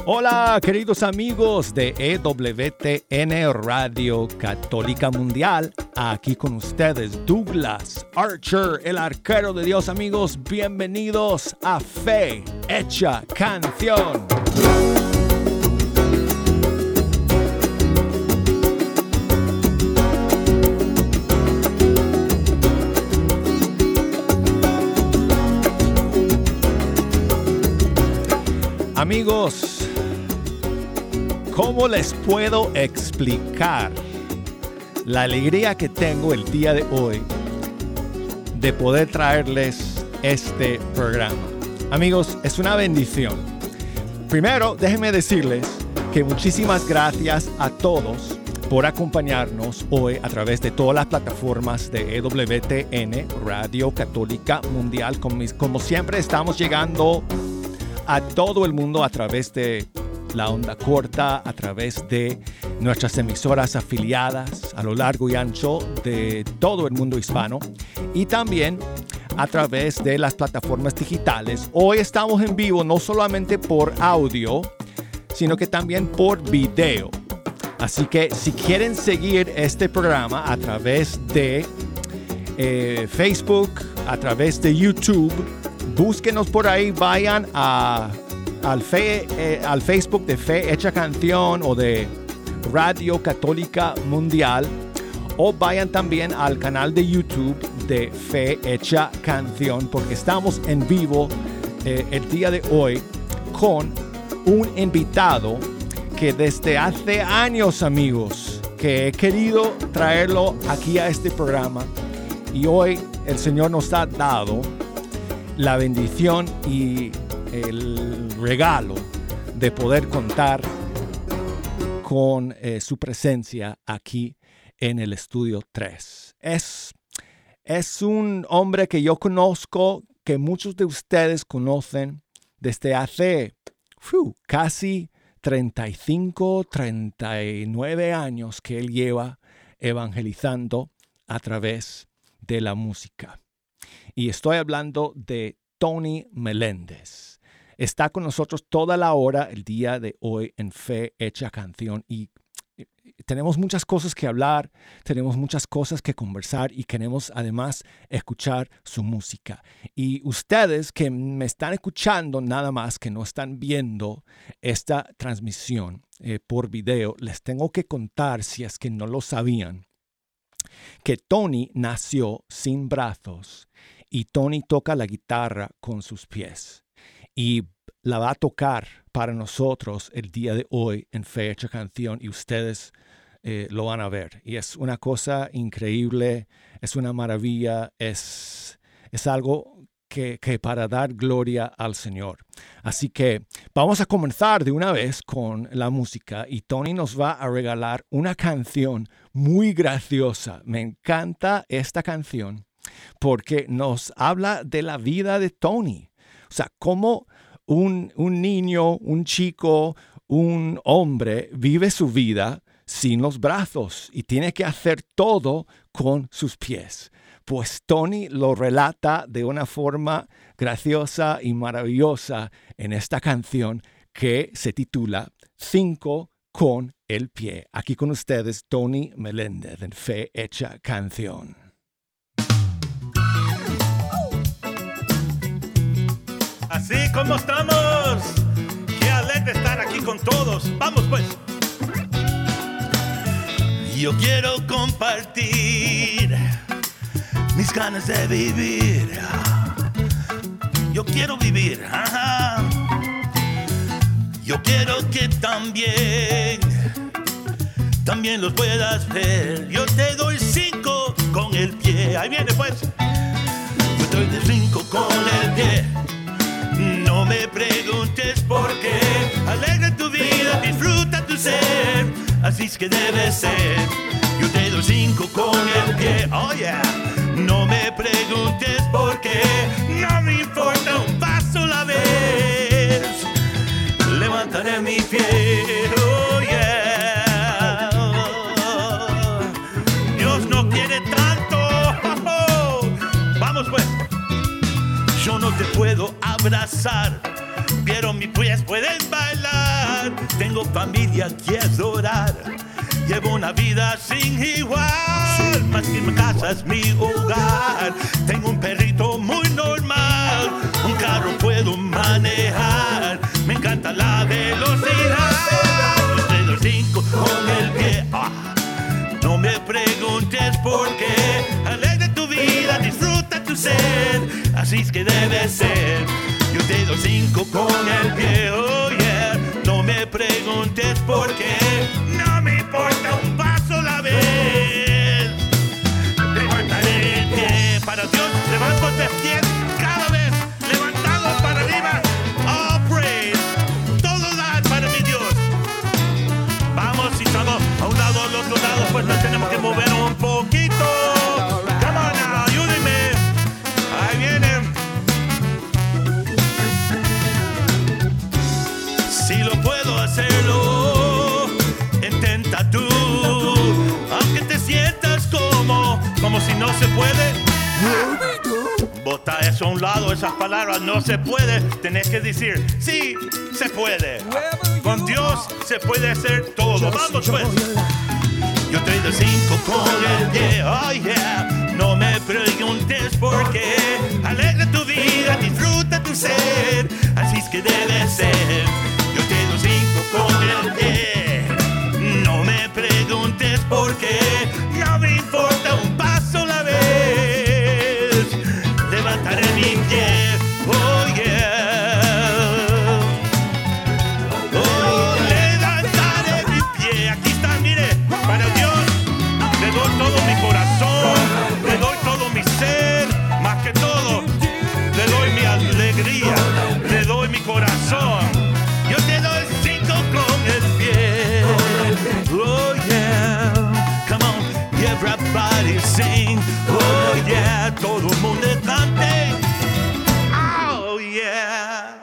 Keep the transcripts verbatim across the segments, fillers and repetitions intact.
Hola, queridos amigos de E W T N Radio Católica Mundial. Aquí con ustedes, Douglas Archer, el arquero de Dios. Amigos, bienvenidos a Fe Hecha Canción. Amigos, ¿cómo les puedo explicar la alegría que tengo el día de hoy de poder traerles este programa? Amigos, es una bendición. Primero, déjenme decirles que muchísimas gracias a todos por acompañarnos hoy a través de todas las plataformas de E W T N Radio Católica Mundial. Como, como siempre, estamos llegando a todo el mundo a través de la onda corta, a través de nuestras emisoras afiliadas a lo largo y ancho de todo el mundo hispano y también a través de las plataformas digitales. Hoy estamos en vivo no solamente por audio, sino que también por video. Así que si quieren seguir este programa a través de eh, Facebook, a través de YouTube, búsquenos por ahí, vayan a, al, fe, eh, al Facebook de Fe Hecha Canción o de Radio Católica Mundial, o vayan también al canal de YouTube de Fe Hecha Canción, porque estamos en vivo eh, el día de hoy con un invitado que desde hace años, amigos, que he querido traerlo aquí a este programa, y hoy el Señor nos ha dado la bendición y el regalo de poder contar con eh, su presencia aquí en el Estudio tres. Es, es un hombre que yo conozco, que muchos de ustedes conocen desde hace uh, casi treinta y cinco, treinta y nueve años que él lleva evangelizando a través de la música. Y estoy hablando de Tony Meléndez. Está con nosotros toda la hora el día de hoy en Fe Hecha Canción. Y tenemos muchas cosas que hablar, tenemos muchas cosas que conversar y queremos además escuchar su música. Y ustedes que me están escuchando nada más, que no están viendo esta transmisión eh, por video, les tengo que contar, si es que no lo sabían, que Tony nació sin brazos. Y Tony toca la guitarra con sus pies. Y la va a tocar para nosotros el día de hoy en Fe Hecha Canción. Y ustedes eh, lo van a ver. Y es una cosa increíble. Es una maravilla. Es, es algo que, que para dar gloria al Señor. Así que vamos a comenzar de una vez con la música. Y Tony nos va a regalar una canción muy graciosa. Me encanta esta canción, porque nos habla de la vida de Tony. O sea, cómo un, un niño, un chico, un hombre vive su vida sin los brazos y tiene que hacer todo con sus pies. Pues Tony lo relata de una forma graciosa y maravillosa en esta canción que se titula Cinco con el pie. Aquí con ustedes, Tony Meléndez en Fe Hecha Canción. Así como estamos, qué alegre estar aquí con todos. Vamos pues. Yo quiero compartir mis ganas de vivir. Yo quiero vivir. Ajá. Yo quiero que también, también los puedas ver. Yo te doy cinco con el pie. Ahí viene pues. Yo te doy cinco con el pie. No me preguntes por qué. Alegra tu vida, disfruta tu ser. Así es que debe ser. Yo te doy cinco con el pie. Oh yeah. No me preguntes por qué. No me importa, un paso a la vez. Levantaré mi pie. Oh yeah. Dios no quiere tanto. Oh, oh. Vamos pues. Yo no te puedo abrazar, pero mis pies pueden bailar. familia quiero orar. Llevo una vida sin igual, más que mi casa es mi hogar. Tengo un perrito muy normal, un carro puedo manejar. Me encanta la velocidad. Yo te doy cinco con el pie. Ah, no me preguntes por qué. Alegra tu vida, disfruta tu ser. Así es que debe ser. Yo te doy cinco con el pie. Oh yeah. No me preguntes por qué. No me importa un paso a la vez. Levantaré el pie para Dios. Levanto de pie cada vez. Levantado para arriba. All praise. Todo dar para mi Dios. Vamos, si estamos a un lado, al otro lado, pues nos tenemos que mover un poquito. Come on now, ayúdenme. Ahí vienen. Si lo puedo hacerlo, intenta tú. Aunque te sientas como, como si no se puede. Bota eso a un lado, esas palabras no se puede. Tenés que decir, sí, se puede. Con Dios se puede hacer todo. Vamos pues. Yo te doy cinco con el yeah, oh yeah. No me preguntes por qué. Alegra tu vida, disfruta tu ser. Así es que debe ser. Yo te doy cinco con el yeah. No me preguntes por qué. No me importa un paso a la vez. Levantaré mi pie, oh yeah. Oh, levantaré mi pie. Aquí está, mire, para Dios. Le doy todo mi corazón, le doy todo mi ser, más que todo, le doy mi alegría, le doy mi corazón. Yo te doy cinco con el pie. Oh yeah, come on, everybody sing. Oh yeah, todo el mundo cante. Oh yeah.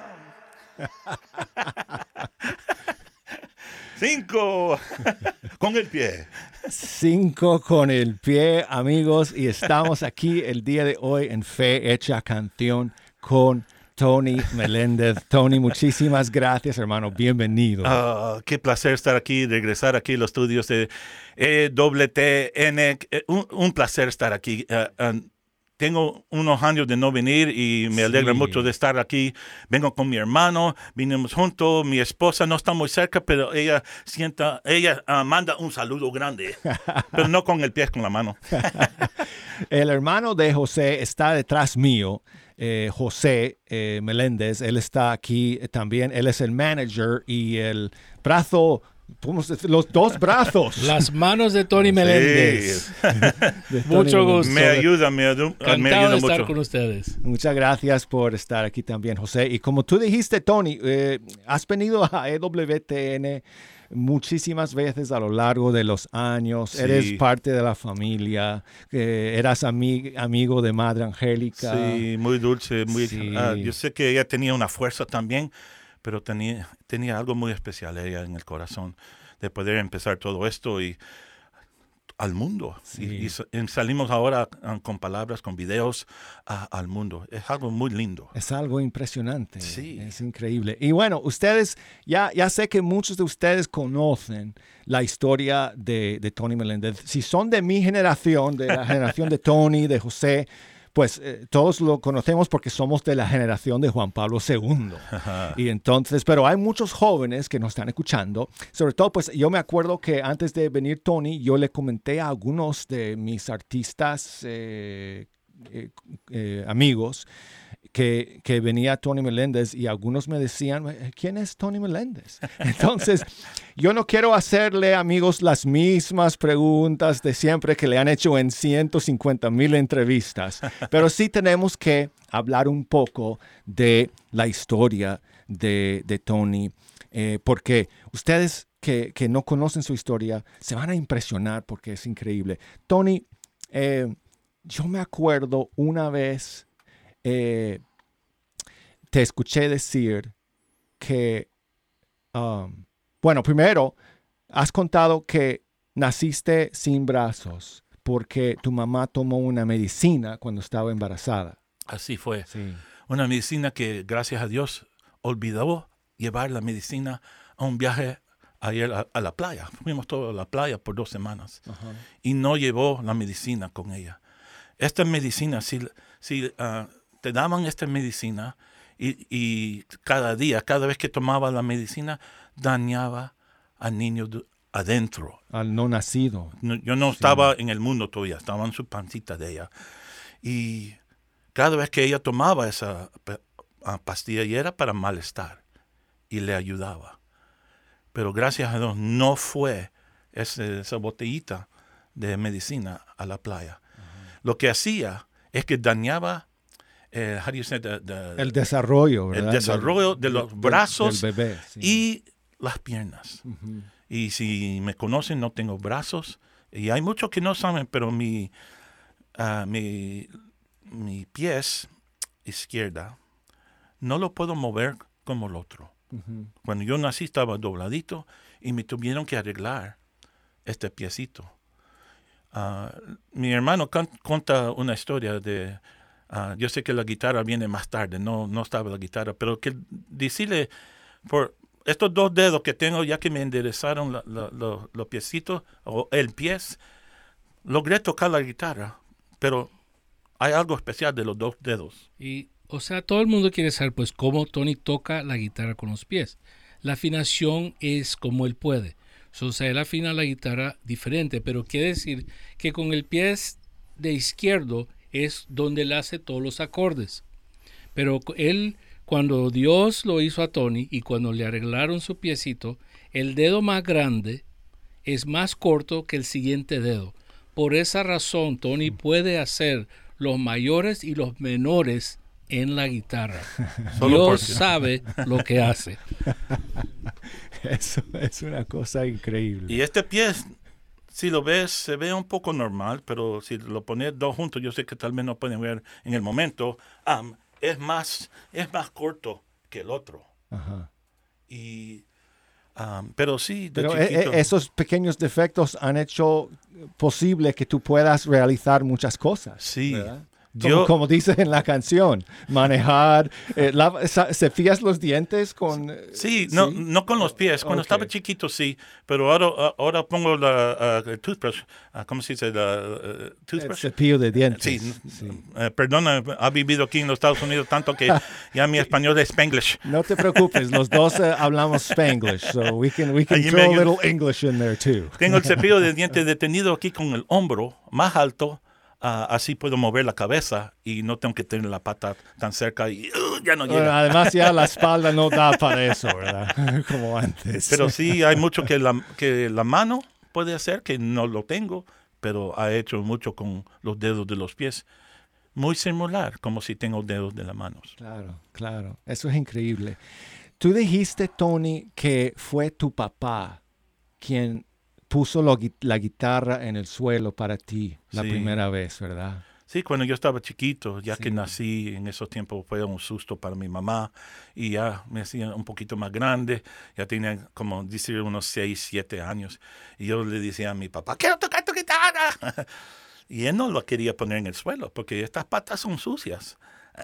Cinco con el pie. Cinco con el pie, amigos, y estamos aquí el día de hoy en Fe Hecha Canción con Tony Meléndez. Tony, muchísimas gracias, hermano. Bienvenido. Uh, qué placer estar aquí, regresar aquí a los estudios de E W T N. Un, un placer estar aquí. Uh, uh, Tengo unos años de no venir y me alegra sí. mucho de estar aquí. Vengo con mi hermano, vinimos juntos. Mi esposa no está muy cerca, pero ella sienta, ella uh, manda un saludo grande, pero no con el pie, con la mano. El hermano de José está detrás mío, eh, José eh, Meléndez. Él está aquí también. Él es el manager y el brazo. Los dos brazos. Las manos de Tony Meléndez. Sí. de Tony Mucho gusto. Me ayuda, me ayuda, me ayuda de estar mucho. con ustedes. Muchas gracias por estar aquí también, José. Y como tú dijiste, Tony, eh, has venido a E W T N muchísimas veces a lo largo de los años. Sí. Eres parte de la familia. Eh, eras ami- amigo de Madre Angélica. Sí, muy dulce. Muy, sí. uh, yo sé que ella tenía una fuerza también, pero tenía, tenía algo muy especial ella en el corazón de poder empezar todo esto y al mundo. Sí. Y, y, y salimos ahora um, con palabras, con videos uh, al mundo. Es algo muy lindo. Es algo impresionante. Sí. Es increíble. Y bueno, ustedes, ya, ya sé que muchos de ustedes conocen la historia de, de Tony Meléndez. Si son de mi generación, de la generación de Tony, de José, pues eh, todos lo conocemos porque somos de la generación de Juan Pablo segundo. Y entonces, pero hay muchos jóvenes que nos están escuchando. Sobre todo, pues yo me acuerdo que antes de venir Tony, yo le comenté a algunos de mis artistas eh, eh, eh, amigos que, que venía Tony Meléndez y algunos me decían, ¿quién es Tony Meléndez? Entonces, yo no quiero hacerle, amigos, las mismas preguntas de siempre que le han hecho en ciento cincuenta mil entrevistas, pero sí tenemos que hablar un poco de la historia de, de Tony, eh, porque ustedes que, que no conocen su historia se van a impresionar porque es increíble. Tony, eh, yo me acuerdo una vez, Eh, te escuché decir que, um, bueno, primero, has contado que naciste sin brazos porque tu mamá tomó una medicina cuando estaba embarazada. Así fue. Sí. Una medicina que, gracias a Dios, olvidó llevar la medicina a un viaje ayer a, a la playa. Fuimos todos a la playa por dos semanas. Ajá. Y no llevó la medicina con ella. Esta medicina, si, si uh, te daban esta medicina y, y cada día, cada vez que tomaba la medicina, dañaba al niño de, adentro. Al no nacido. No, yo no sí. estaba en el mundo todavía, estaba en su pancita de ella. Y cada vez que ella tomaba esa uh, pastilla, y era para malestar, y le ayudaba. Pero gracias a Dios no fue ese, esa botellita de medicina a la playa. Uh-huh. Lo que hacía es que dañaba eh, how do you say, the, the, el desarrollo, ¿verdad? El desarrollo de los del, brazos del bebé, sí. y las piernas. Uh-huh. Y si me conocen, no tengo brazos. Y hay muchos que no saben, pero mi, uh, mi, mi pies izquierda no lo puedo mover como el otro. Uh-huh. Cuando yo nací estaba dobladito y me tuvieron que arreglar este piecito. Uh, mi hermano can- cuenta una historia de... Uh, yo sé que la guitarra viene más tarde, no, no estaba la guitarra, pero que decirle, por estos dos dedos que tengo, ya que me enderezaron la, la, la, los piecitos, o el pie, logré tocar la guitarra, pero hay algo especial de los dos dedos. Y, o sea, todo el mundo quiere saber, pues, cómo Tony toca la guitarra con los pies. La afinación es como él puede. O sea, él afina la guitarra diferente, pero quiere decir que con el pie de izquierdo es donde él hace todos los acordes. Pero él, cuando Dios lo hizo a Tony y cuando le arreglaron su piecito, el dedo más grande es más corto que el siguiente dedo. Por esa razón, Tony puede hacer los mayores y los menores en la guitarra. Dios sabe lo que hace. Eso es una cosa increíble. Y este pie, si lo ves, se ve un poco normal, pero si lo pones dos juntos, yo sé que tal vez no pueden ver en el momento, um, es más es más corto que el otro. Ajá. Y, um, pero sí, de pero chiquito, e- esos pequeños defectos han hecho posible que tú puedas realizar muchas cosas. Sí. ¿verdad? Yo, como, como dice en la canción, manejar, eh, la, ¿cepillas los dientes con...? Sí, no, ¿sí? no con los pies. Cuando okay. estaba chiquito, sí. Pero ahora, ahora pongo la uh, toothbrush, uh, ¿cómo se dice? La, uh, toothbrush. El cepillo de dientes. Sí. sí. Uh, perdona, ha vivido aquí en los Estados Unidos tanto que ya mi español es Spanglish. No te preocupes, los dos uh, hablamos Spanglish, so we can, we can throw a little English in there too. Tengo el cepillo de dientes detenido aquí con el hombro más alto. Uh, así puedo mover la cabeza y no tengo que tener la pata tan cerca y uh, ya no llega. Bueno, además ya la espalda no da para eso, ¿verdad? Como antes. Pero sí hay mucho que la, que la mano puede hacer, que no lo tengo, pero ha hecho mucho con los dedos de los pies. Muy similar, como si tengo dedos de las manos. Claro, claro. Eso es increíble. Tú dijiste, Tony, que fue tu papá quien puso lo, la guitarra en el suelo para ti la sí. primera vez, ¿verdad? Sí, cuando yo estaba chiquito, ya sí. que nací en esos tiempos fue un susto para mi mamá y ya me hacía un poquito más grande, ya tenía como decir unos seis, siete años y yo le decía a mi papá, quiero tocar tu guitarra y él no lo quería poner en el suelo porque estas patas son sucias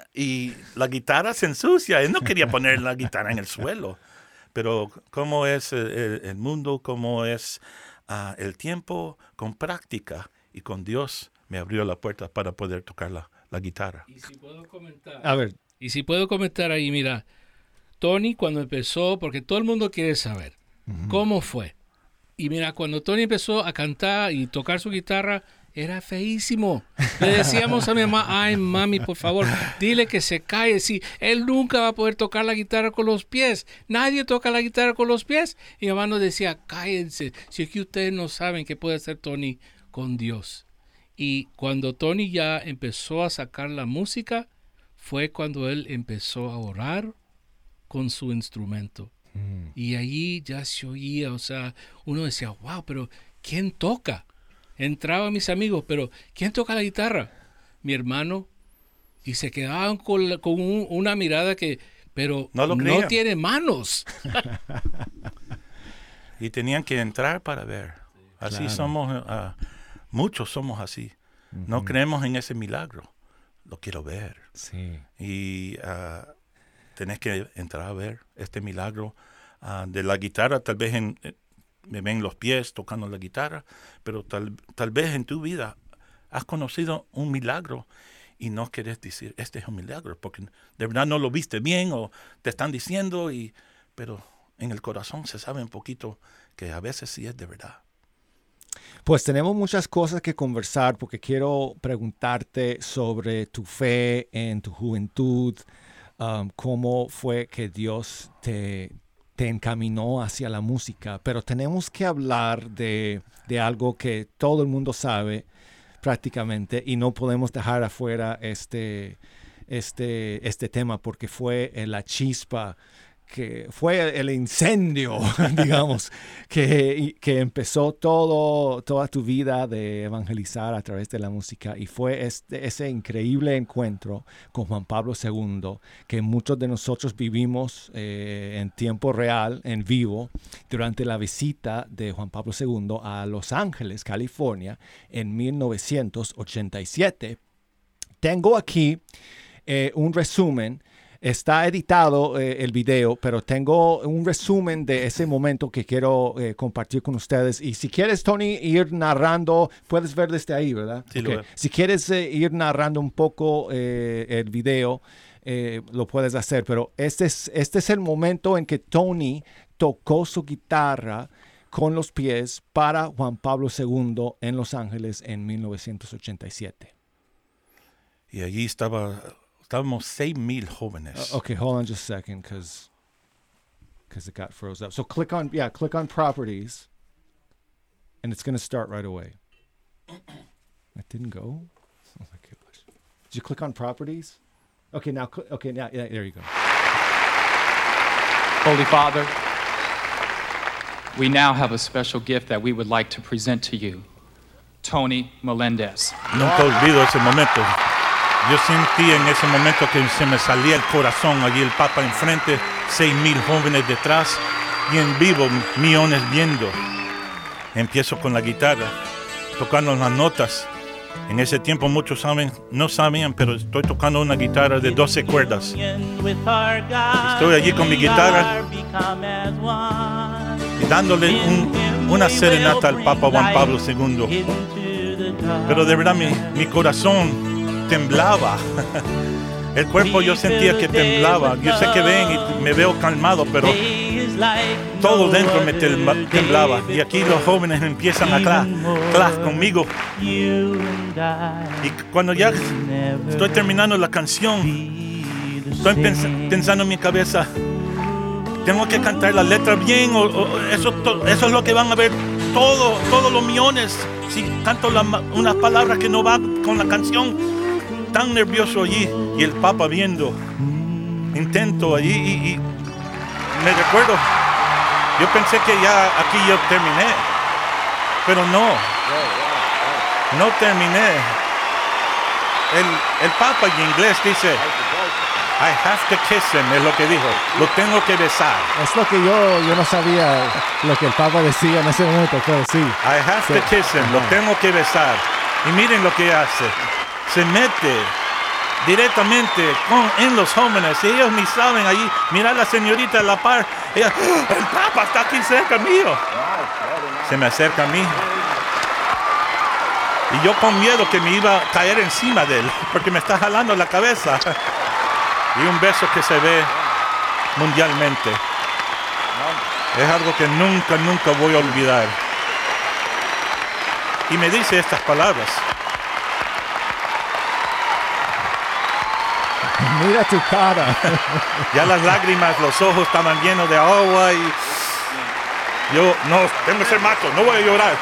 y la guitarra se ensucia, él no quería poner la guitarra en el suelo, pero cómo es el, el mundo, cómo es Uh, el tiempo con práctica y con Dios me abrió la puerta para poder tocar la, la guitarra. Y si puedo comentar, a ver, y si puedo comentar ahí, mira, Tony cuando empezó, porque todo el mundo quiere saber uh-huh. cómo fue. Y mira, cuando Tony empezó a cantar y tocar su guitarra, era feísimo. Le decíamos a mi mamá, ay, mami, por favor, dile que se calle. Sí, él nunca va a poder tocar la guitarra con los pies. Nadie toca la guitarra con los pies. Y mi mamá nos decía, cállense. Si es que ustedes no saben qué puede hacer Tony con Dios. Y cuando Tony ya empezó a sacar la música, fue cuando él empezó a orar con su instrumento. Mm. Y allí ya se oía, o sea, uno decía, wow, pero ¿quién toca? Entraban mis amigos, pero ¿quién toca la guitarra? Mi hermano. Y se quedaban con, la, con un, una mirada que, pero no, lo no tiene manos. Y tenían que entrar para ver. Así claro. somos, uh, muchos somos así. Uh-huh. No creemos en ese milagro. Lo quiero ver. Sí. Y uh, tenés que entrar a ver este milagro uh, de la guitarra. Tal vez en, me ven los pies tocando la guitarra, pero tal, tal vez en tu vida has conocido un milagro y no quieres decir, este es un milagro, porque de verdad no lo viste bien o te están diciendo, y, pero en el corazón se sabe un poquito que a veces sí es de verdad. Pues tenemos muchas cosas que conversar porque quiero preguntarte sobre tu fe en tu juventud, um, cómo fue que Dios te, te encaminó hacia la música. Pero tenemos que hablar de, de algo que todo el mundo sabe prácticamente y no podemos dejar afuera este, este, este tema porque fue la chispa, que fue el incendio, digamos, que, que empezó todo, toda tu vida de evangelizar a través de la música, y fue este, ese increíble encuentro con Juan Pablo segundo, que muchos de nosotros vivimos eh, en tiempo real, en vivo, durante la visita de Juan Pablo segundo a Los Ángeles, California, en mil novecientos ochenta y siete. Tengo aquí eh, un resumen. Está editado eh, el video, pero tengo un resumen de ese momento que quiero eh, compartir con ustedes. Y si quieres, Tony, ir narrando, puedes ver desde ahí, ¿verdad? Sí, okay. Lo veo. Si quieres eh, ir narrando un poco eh, el video, eh, lo puedes hacer. Pero este es, este es el momento en que Tony tocó su guitarra con los pies para Juan Pablo segundo en Los Ángeles en mil novecientos ochenta y siete. Y allí estaba... Estábamos seis mil jóvenes. Uh, okay, hold on just a second, because because it got froze up. So click on, yeah, click on properties, and it's going to start right away. That didn't go? Oh my gosh. Did you click on properties? Okay, now, cl- okay, now, yeah, there you go. Holy Father, we now have a special gift that we would like to present to you. Tony Melendez. Nunca olvido ese momento. Yo sentí en ese momento que se me salía el corazón. Allí el Papa enfrente, seis mil jóvenes detrás y en vivo millones viendo. Empiezo con la guitarra, tocando las notas. En ese tiempo muchos saben, no sabían, pero estoy tocando una guitarra de doce cuerdas. Estoy allí con mi guitarra y dándole un, una serenata al Papa Juan Pablo segundo. Pero de verdad mi, mi corazón temblaba. El cuerpo yo sentía que temblaba. Yo sé que ven y me veo calmado, pero todo dentro me temblaba. Y aquí los jóvenes empiezan a clap, clap conmigo. Y cuando ya estoy terminando la canción, estoy pens- pensando en mi cabeza, tengo que cantar la letra bien, o, o eso, to- eso es lo que van a ver todo, todos los millones. Si canto la, unas palabras que no van con la canción. Tan nervioso allí, y el Papa viendo, intento allí, y, y me recuerdo, yo pensé que ya aquí yo terminé, pero no, no terminé. El, el Papa en inglés dice, I have to kiss him, es lo que dijo, lo tengo que besar. Es lo que yo, yo no sabía lo que el Papa decía en ese momento, pero sí. I have sí. to kiss him, lo tengo que besar. Y miren lo que hace. Se mete directamente con, en los jóvenes, y ellos ni saben allí. Mira a la señorita a la par, ella, ¡oh, el Papa está aquí cerca mío! Se me acerca a mí. Y yo con miedo que me iba a caer encima de él, porque me está jalando la cabeza. Y un beso que se ve mundialmente. Es algo que nunca, nunca voy a olvidar. Y me dice estas palabras. Mira tu cara. Ya las lágrimas, los ojos estaban llenos de agua y yo, no, tengo que ser macho, no voy a llorar.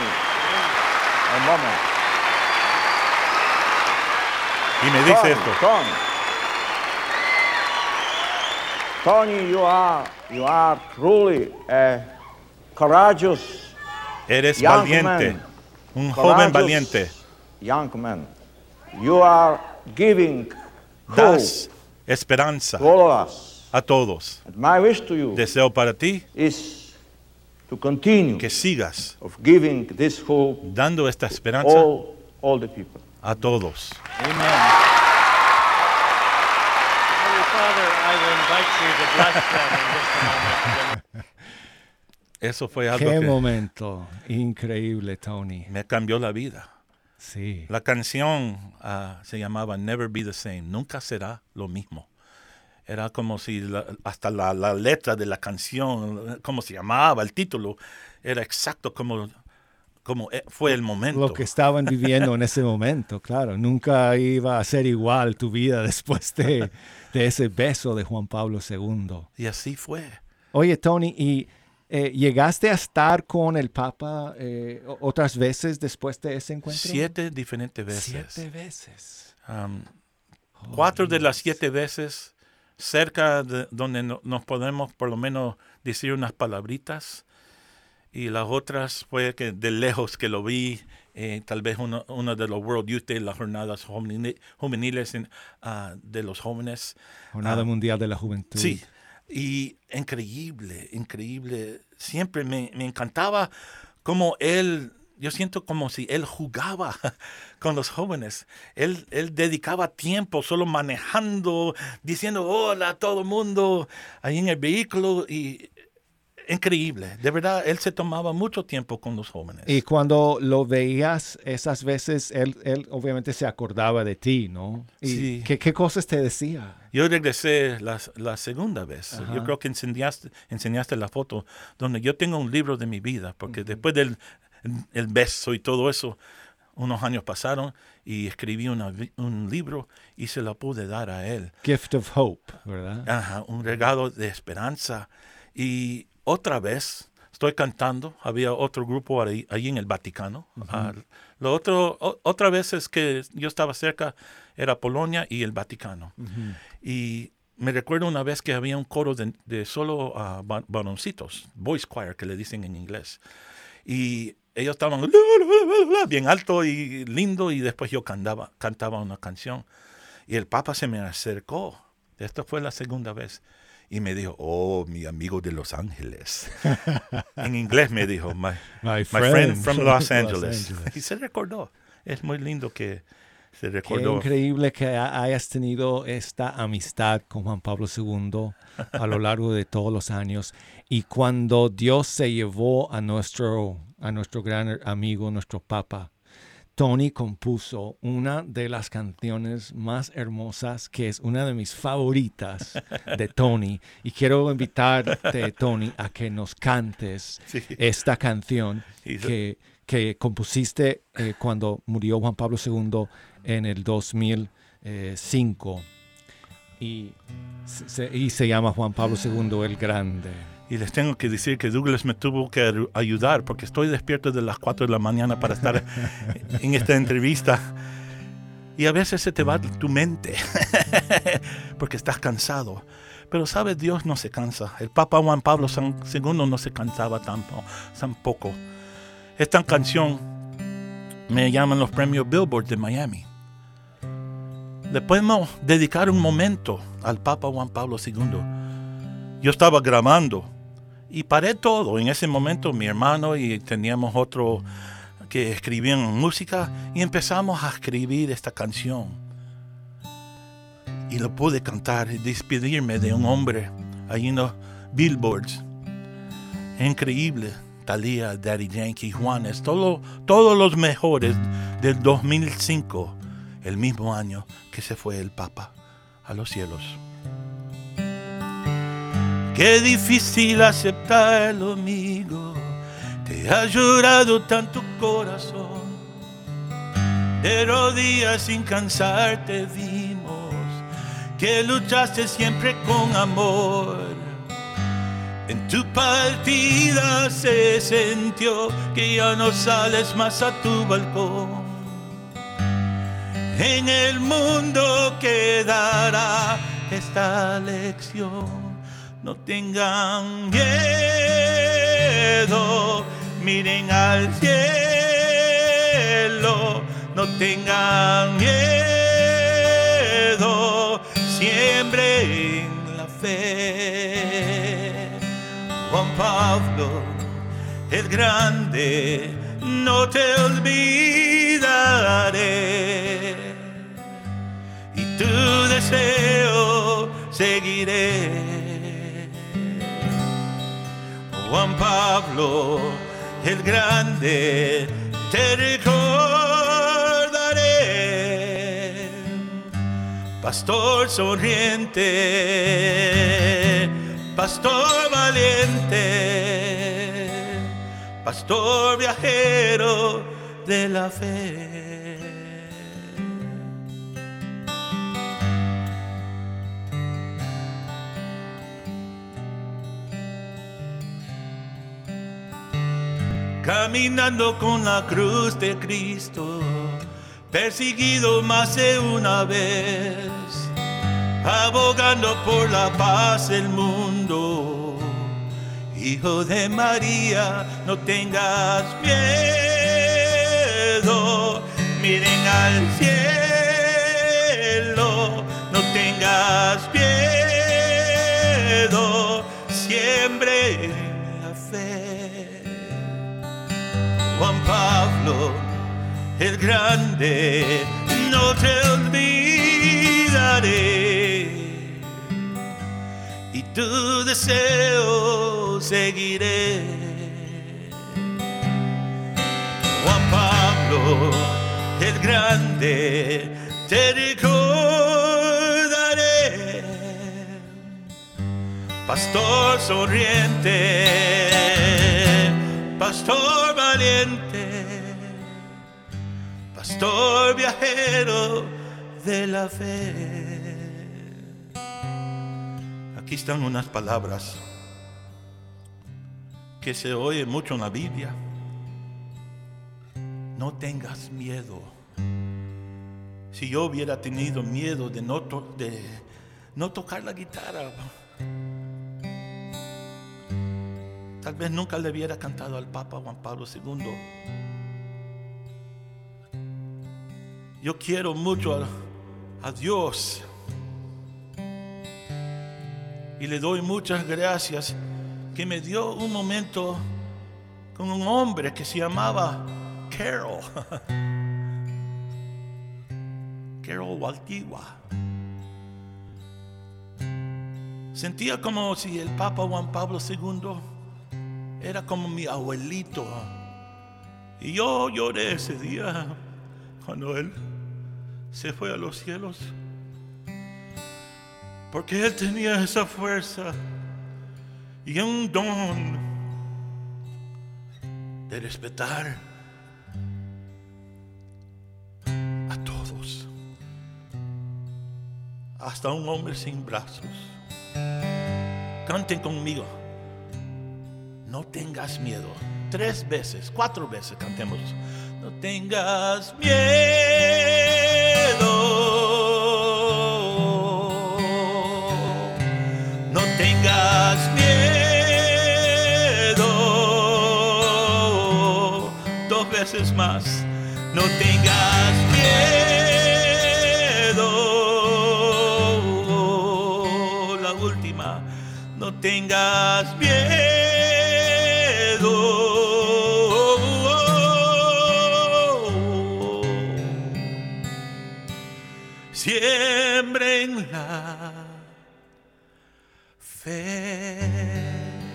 Y me dice Tony, esto. Tony. Tony, you are, you are truly a courageous Eres young valiente, man. un Courageous joven valiente. Young man. You are giving hope Das esperanza to all of us. a todos. And my wish to you Deseo para ti is to continue que sigas of giving this hope dando esta esperanza all, all the people. a todos. Amen. Holy Father, I will invite you to bless them in just a moment. eso fue algo Qué que momento increíble, Tony. me cambió la vida. Sí. La canción uh, se llamaba Never Be the Same, nunca será lo mismo. Era como si la, hasta la, la letra de la canción, como se llamaba, el título, era exacto como, como fue el momento. Lo que estaban viviendo en ese momento, claro. Nunca iba a ser igual tu vida después de, de ese beso de Juan Pablo segundo. Y así fue. Oye, Tony, ¿y eh, llegaste a estar con el Papa eh, otras veces después de ese encuentro? Siete diferentes veces. Siete veces. Um, Oh, cuatro de Dios. las siete veces cerca de donde no, nos podemos por lo menos decir unas palabritas. Y las otras fue que de lejos que lo vi, eh, tal vez uno, uno de los World Youth Day, las jornadas juvenil, juveniles en, uh, de los jóvenes. Jornada Uh, Mundial de la Juventud. Sí, y increíble, increíble. Siempre me, me encantaba cómo él, yo siento como si él jugaba con los jóvenes. Él, él dedicaba tiempo solo manejando, diciendo hola a todo el mundo ahí en el vehículo y increíble. De verdad, él se tomaba mucho tiempo con los jóvenes. Y cuando lo veías esas veces, él, él obviamente se acordaba de ti, ¿no? ¿Y Sí. ¿qué, qué cosas te decía? Yo regresé la, la segunda vez. Ajá. Yo creo que enseñaste, enseñaste la foto donde yo tengo un libro de mi vida, porque uh-huh. después del el beso y todo eso, unos años pasaron y escribí una, un libro y se lo pude dar a él. Gift of Hope, ¿verdad? Ajá, un regalo de esperanza. Y otra vez estoy cantando, había otro grupo ahí, ahí en el Vaticano. Uh-huh. Uh, lo otro, o, otra vez es que yo estaba cerca, era Polonia y el Vaticano. Uh-huh. Y me recuerdo una vez que había un coro de, de solo uh, varoncitos, voice choir que le dicen en inglés. Y ellos estaban bien alto y lindo y después yo cantaba, cantaba una canción. Y el Papa se me acercó, esta fue la segunda vez, y me dijo, oh, mi amigo de Los Ángeles. En inglés me dijo, my, my, friend, my friend from Los Angeles. Los Angeles. Y se recordó. Es muy lindo que se recordó. Qué increíble que hayas tenido esta amistad con Juan Pablo segundo a lo largo de todos los años. Y cuando Dios se llevó a nuestro, a nuestro gran amigo, nuestro Papa, Tony compuso una de las canciones más hermosas, que es una de mis favoritas de Tony. Y quiero invitarte, Tony, a que nos cantes sí. esta canción que, que compusiste eh, cuando murió Juan Pablo segundo en el dos mil cinco. Y se, y se llama Juan Pablo segundo el Grande. Y les tengo que decir que Douglas me tuvo que ayudar porque estoy despierto de las cuatro de la mañana para estar en esta entrevista. Y a veces se te va tu mente porque estás cansado. Pero sabes, Dios no se cansa. El Papa Juan Pablo segundo no se cansaba tampoco. tampoco. Esta canción me llaman los premios Billboard de Miami. Le podemos dedicar un momento al Papa Juan Pablo segundo. Yo estaba grabando y paré todo. En ese momento mi hermano y teníamos otro que escribían música y empezamos a escribir esta canción. Y lo pude cantar y despedirme de un hombre ahí en los billboards. Increíble. Thalía, Daddy Yankee, Juanes, todo, todos los mejores del dos mil cinco, el mismo año que se fue el Papa a los cielos. Qué difícil aceptarlo, amigo. Te ha llorado tanto corazón. De rodillas sin cansarte vimos que luchaste siempre con amor. En tu partida se sintió que ya no sales más a tu balcón. En el mundo quedará esta lección. No tengan miedo, miren al cielo. No tengan miedo, siembren la fe. Juan Pablo, el Grande, no te olvidaré. Y tu deseo seguiré. Juan Pablo el Grande, te recordaré. Pastor sonriente, pastor valiente, pastor viajero de la fe. Caminando con la cruz de Cristo, perseguido más de una vez, abogando por la paz del mundo. Hijo de María, no tengas miedo, miren al cielo, no tengas miedo, siempre la fe. Juan Pablo el Grande, no te olvidaré, y tu deseo seguiré. Juan Pablo el Grande, te recordaré. Pastor sonriente, pastor valiente, pastor viajero de la fe. Aquí están unas palabras que se oyen mucho en la Biblia. No tengas miedo. Si yo hubiera tenido miedo de no, to- de no tocar la guitarra, tal vez nunca le hubiera cantado al Papa Juan Pablo segundo. Yo quiero mucho a, a Dios y le doy muchas gracias que me dio un momento con un hombre que se llamaba Carol. Carol Waltigua. Sentía como si el Papa Juan Pablo segundo era como mi abuelito. Y yo lloré ese día cuando él se fue a los cielos, porque él tenía esa fuerza y un don de respetar a todos, hasta un hombre sin brazos. Canten conmigo. No tengas miedo. Tres veces, cuatro veces cantemos. No tengas miedo. No tengas miedo. Dos veces más. No tengas miedo. La última. No tengas miedo. Siempre en la fe.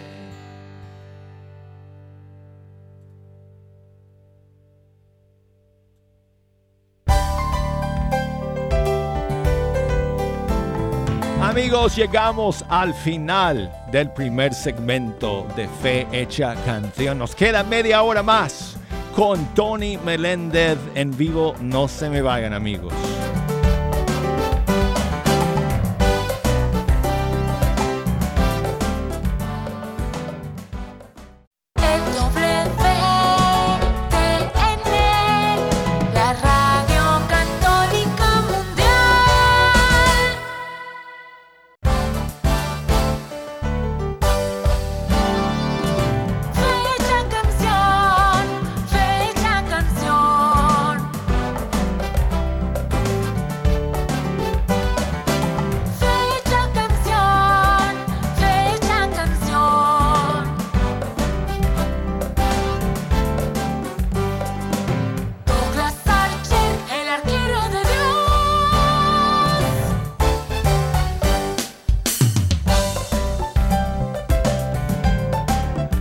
Amigos, llegamos al final del primer segmento de Fe Hecha Canción. Nos queda media hora más con Tony Meléndez en vivo. No se me vayan, amigos.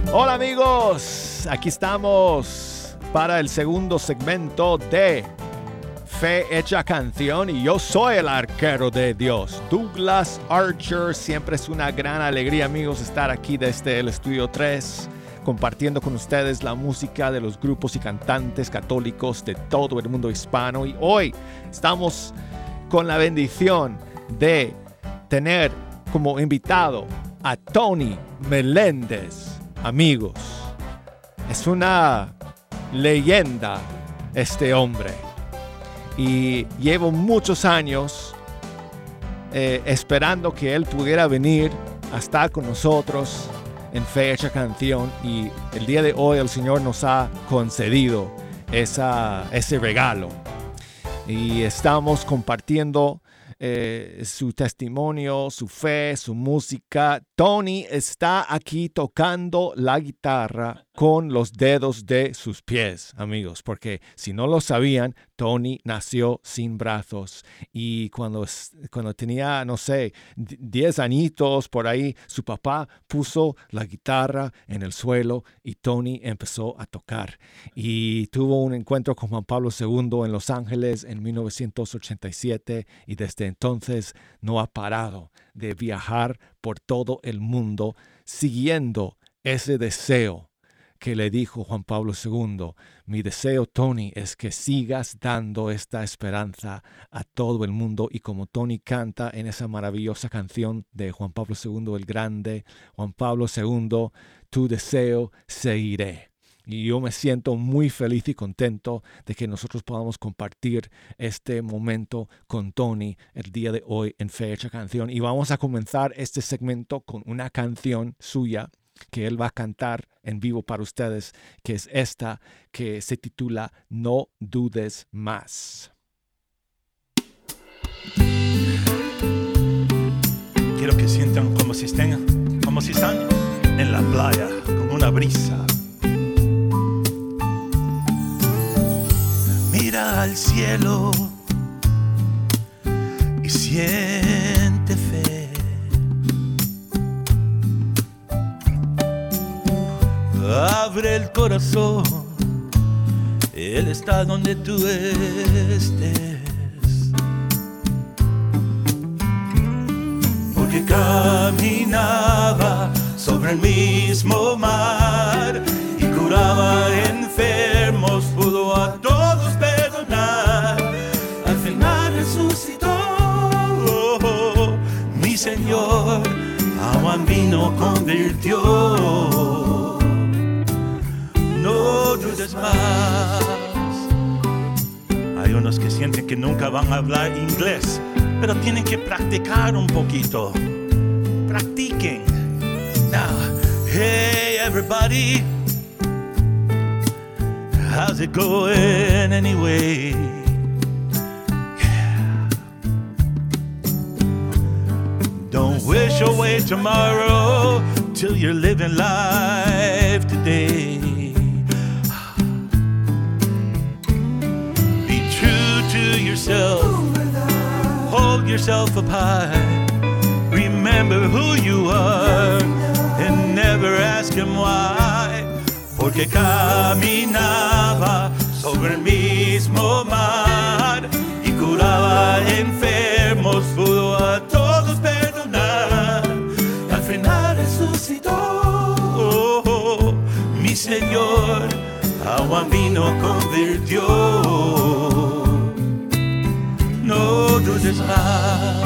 Hola amigos, aquí estamos para el segundo segmento de Fe Hecha Canción y yo soy el arquero de Dios, Douglas Archer. Siempre es una gran alegría, amigos, estar aquí desde el Estudio tres, compartiendo con ustedes la música de los grupos y cantantes católicos de todo el mundo hispano. Y hoy estamos con la bendición de tener como invitado a Tony Meléndez. Amigos, es una leyenda este hombre y llevo muchos años eh, esperando que él pudiera venir a estar con nosotros en Fe Hecha Canción, y el día de hoy el Señor nos ha concedido esa, ese regalo y estamos compartiendo Eh, su testimonio, su fe, su música. Tony está aquí tocando la guitarra con los dedos de sus pies, amigos, porque si no lo sabían, Tony nació sin brazos y cuando, cuando tenía, no sé, diez añitos por ahí, su papá puso la guitarra en el suelo y Tony empezó a tocar. Y tuvo un encuentro con Juan Pablo segundo en Los Ángeles en mil novecientos ochenta y siete y desde entonces no ha parado de viajar por todo el mundo siguiendo ese deseo que le dijo Juan Pablo segundo. Mi deseo, Tony, es que sigas dando esta esperanza a todo el mundo. Y como Tony canta en esa maravillosa canción de Juan Pablo segundo el Grande, Juan Pablo segundo, tu deseo seguiré. Y yo me siento muy feliz y contento de que nosotros podamos compartir este momento con Tony el día de hoy en Fe Hecha Canción. Y vamos a comenzar este segmento con una canción suya que él va a cantar en vivo para ustedes, que es esta, que se titula No Dudes Más. Quiero que sientan como si estén, como si están en la playa con una brisa. Mira al cielo y siente fe. Abre el corazón, Él está donde tú estés. Porque caminaba sobre el mismo mar y curaba enfermos, pudo a todos perdonar. Al final resucitó, oh, oh, mi Señor, agua en vino convirtió. No dudes más. Hay unos que sienten que nunca van a hablar inglés, pero tienen que practicar un poquito. Practiquen. Now, hey everybody, how's it going anyway? Yeah. Don't wish away tomorrow till you're living life today. Yourself, hold yourself up high. Remember who you are and never ask him why. Porque caminaba sobre el mismo mar y curaba enfermos, pudo a todos perdonar. Al final resucitó, oh, oh, mi Señor, agua en vino convirtió. No dudes más.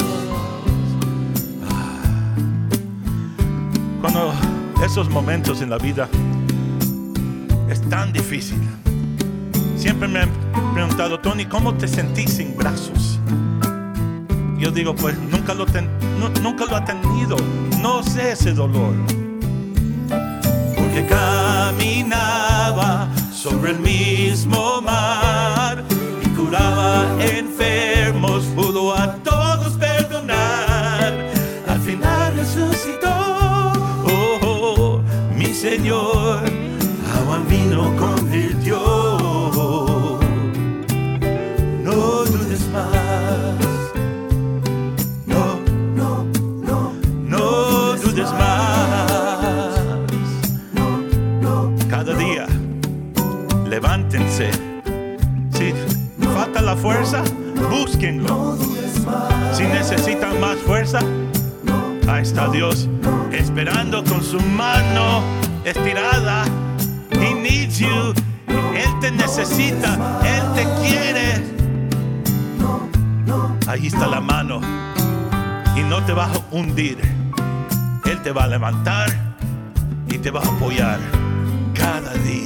Cuando esos momentos en la vida es tan difícil, siempre me han preguntado, Tony, ¿cómo te sentís sin brazos? Yo digo, pues nunca lo, ten, no, nunca lo ha tenido, no sé ese dolor. Porque caminaba sobre el mismo mar y curaba enfermos, pudo a todos perdonar. Al final resucitó, oh, oh, mi Señor, agua en vino convirtió. No dudes más. No, no, no, no dudes más. No, acérquense. Si falta la fuerza, búsquenlo. Si necesitan más fuerza, ahí está Dios esperando con su mano estirada. He needs you. Él te necesita. Él te quiere. Ahí está la mano. Y no te vas a hundir. Él te va a levantar y te va a apoyar cada día.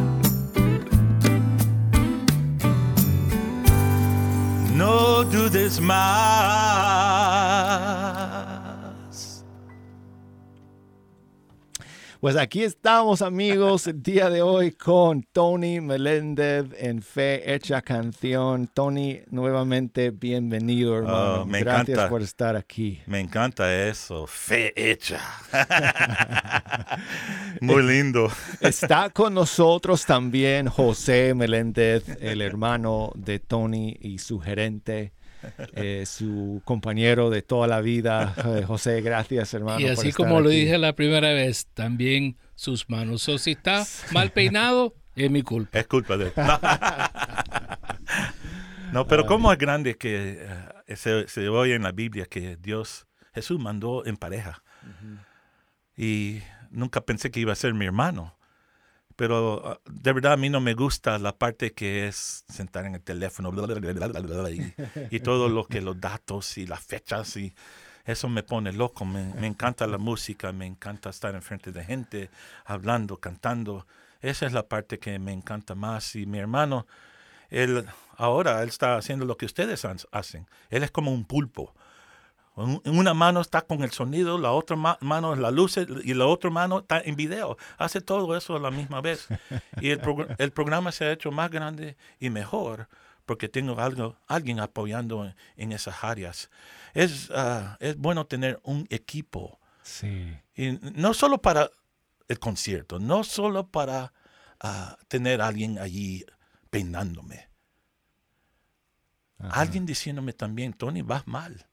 No dudes más. Pues aquí estamos, amigos, el día de hoy con Tony Meléndez en Fe Hecha Canción. Tony, nuevamente bienvenido, hermano. Oh, me Gracias encanta. por estar aquí. Me encanta eso, fe hecha. Muy lindo. Está con nosotros también José Meléndez, el hermano de Tony y su gerente, eh, su compañero de toda la vida. Eh, José, gracias, hermano. Y por así estar como lo aquí. dije la primera vez, también sus manos. So, si está mal peinado, es mi culpa. Es culpa de él. No, no, pero cómo es grande que uh, se, se oye en la Biblia que Dios, Jesús mandó en pareja. Uh-huh. Y nunca pensé que iba a ser mi hermano. Pero uh, de verdad a mí no me gusta la parte que es sentar en el teléfono bla, bla, bla, bla, bla, bla, y, y todo lo que los datos y las fechas y eso me pone loco. Me, me encanta la música, me encanta estar enfrente de gente, hablando, cantando. Esa es la parte que me encanta más. Y mi hermano, él ahora él está haciendo lo que ustedes hacen. Él es como un pulpo. En una mano está con el sonido, la otra ma- mano es la luz y la otra mano está en video. Hace todo eso a la misma vez. Y el, progr- el programa se ha hecho más grande y mejor porque tengo algo, alguien apoyando en, en esas áreas. Es, uh, es bueno tener un equipo. Sí. Y no solo para el concierto, no solo para uh, tener a alguien allí peinándome. Ajá. Alguien diciéndome también, Tony, vas mal.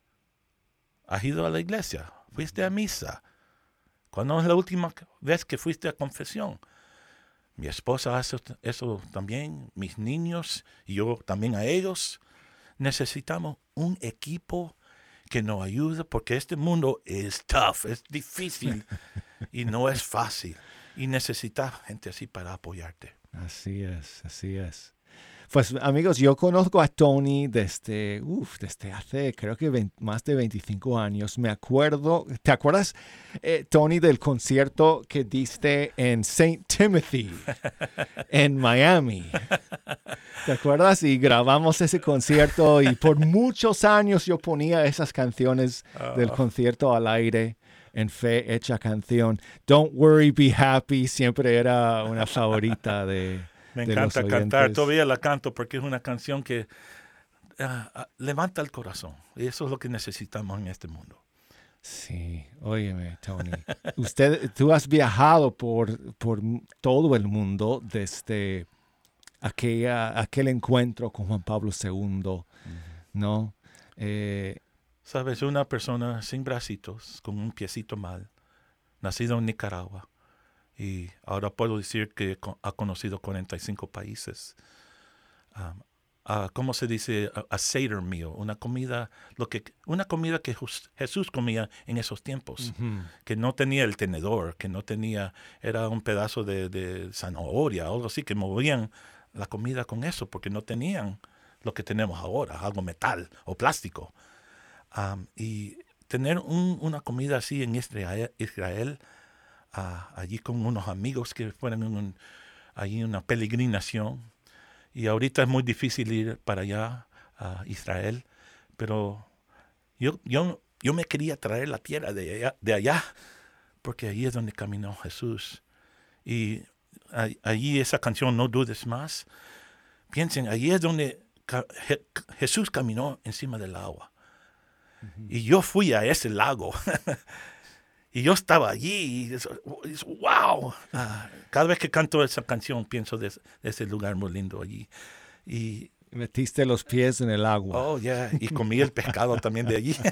¿Has ido a la iglesia? ¿Fuiste a misa? ¿Cuándo es la última vez que fuiste a confesión? Mi esposa hace eso también, mis niños y yo también a ellos. Necesitamos un equipo que nos ayude porque este mundo es tough, es difícil y no es fácil. Y necesitas gente así para apoyarte. Así es, así es. Pues amigos, yo conozco a Tony desde, uf, desde hace creo que veinte, más de veinticinco años. Me acuerdo, ¿te acuerdas, eh, Tony, del concierto que diste en Saint Timothy, en Miami? ¿Te acuerdas? Y grabamos ese concierto y por muchos años yo ponía esas canciones oh. del concierto al aire. En Fe Hecha Canción. Don't Worry, Be Happy siempre era una favorita de... Me de encanta los cantar, oyentes. Todavía la canto porque es una canción que uh, uh, levanta el corazón. Y eso es lo que necesitamos en este mundo. Sí, óyeme, Tony. Usted, tú has viajado por, por todo el mundo desde aquella, aquel encuentro con Juan Pablo segundo, uh-huh. ¿no? Eh, Sabes, una persona sin bracitos, con un piecito mal, nacido en Nicaragua. Y ahora puedo decir que ha conocido cuarenta y cinco países. Um, uh, ¿Cómo se dice? A, a Seder meal, una comida, lo que, una comida que Jesús comía en esos tiempos, uh-huh. que no tenía el tenedor, que no tenía, era un pedazo de, de zanahoria, algo así, que movían la comida con eso, porque no tenían lo que tenemos ahora, algo metal o plástico. Um, y tener un, una comida así en Israel, Israel Uh, allí con unos amigos que fueron en un, allí en una peregrinación. Y ahorita es muy difícil ir para allá, a uh, Israel. Pero yo, yo, yo me quería traer la tierra de allá, de allá, porque allí es donde caminó Jesús. Y a, allí esa canción, No Dudes Más, piensen, allí es donde ca- Je- Jesús caminó encima del agua. Uh-huh. Y yo fui a ese lago. Y yo estaba allí, y eso, wow. Ah, cada vez que canto esa canción pienso de, de ese lugar muy lindo allí. Y metiste los pies en el agua. Oh, yeah, y comí el pescado también de allí.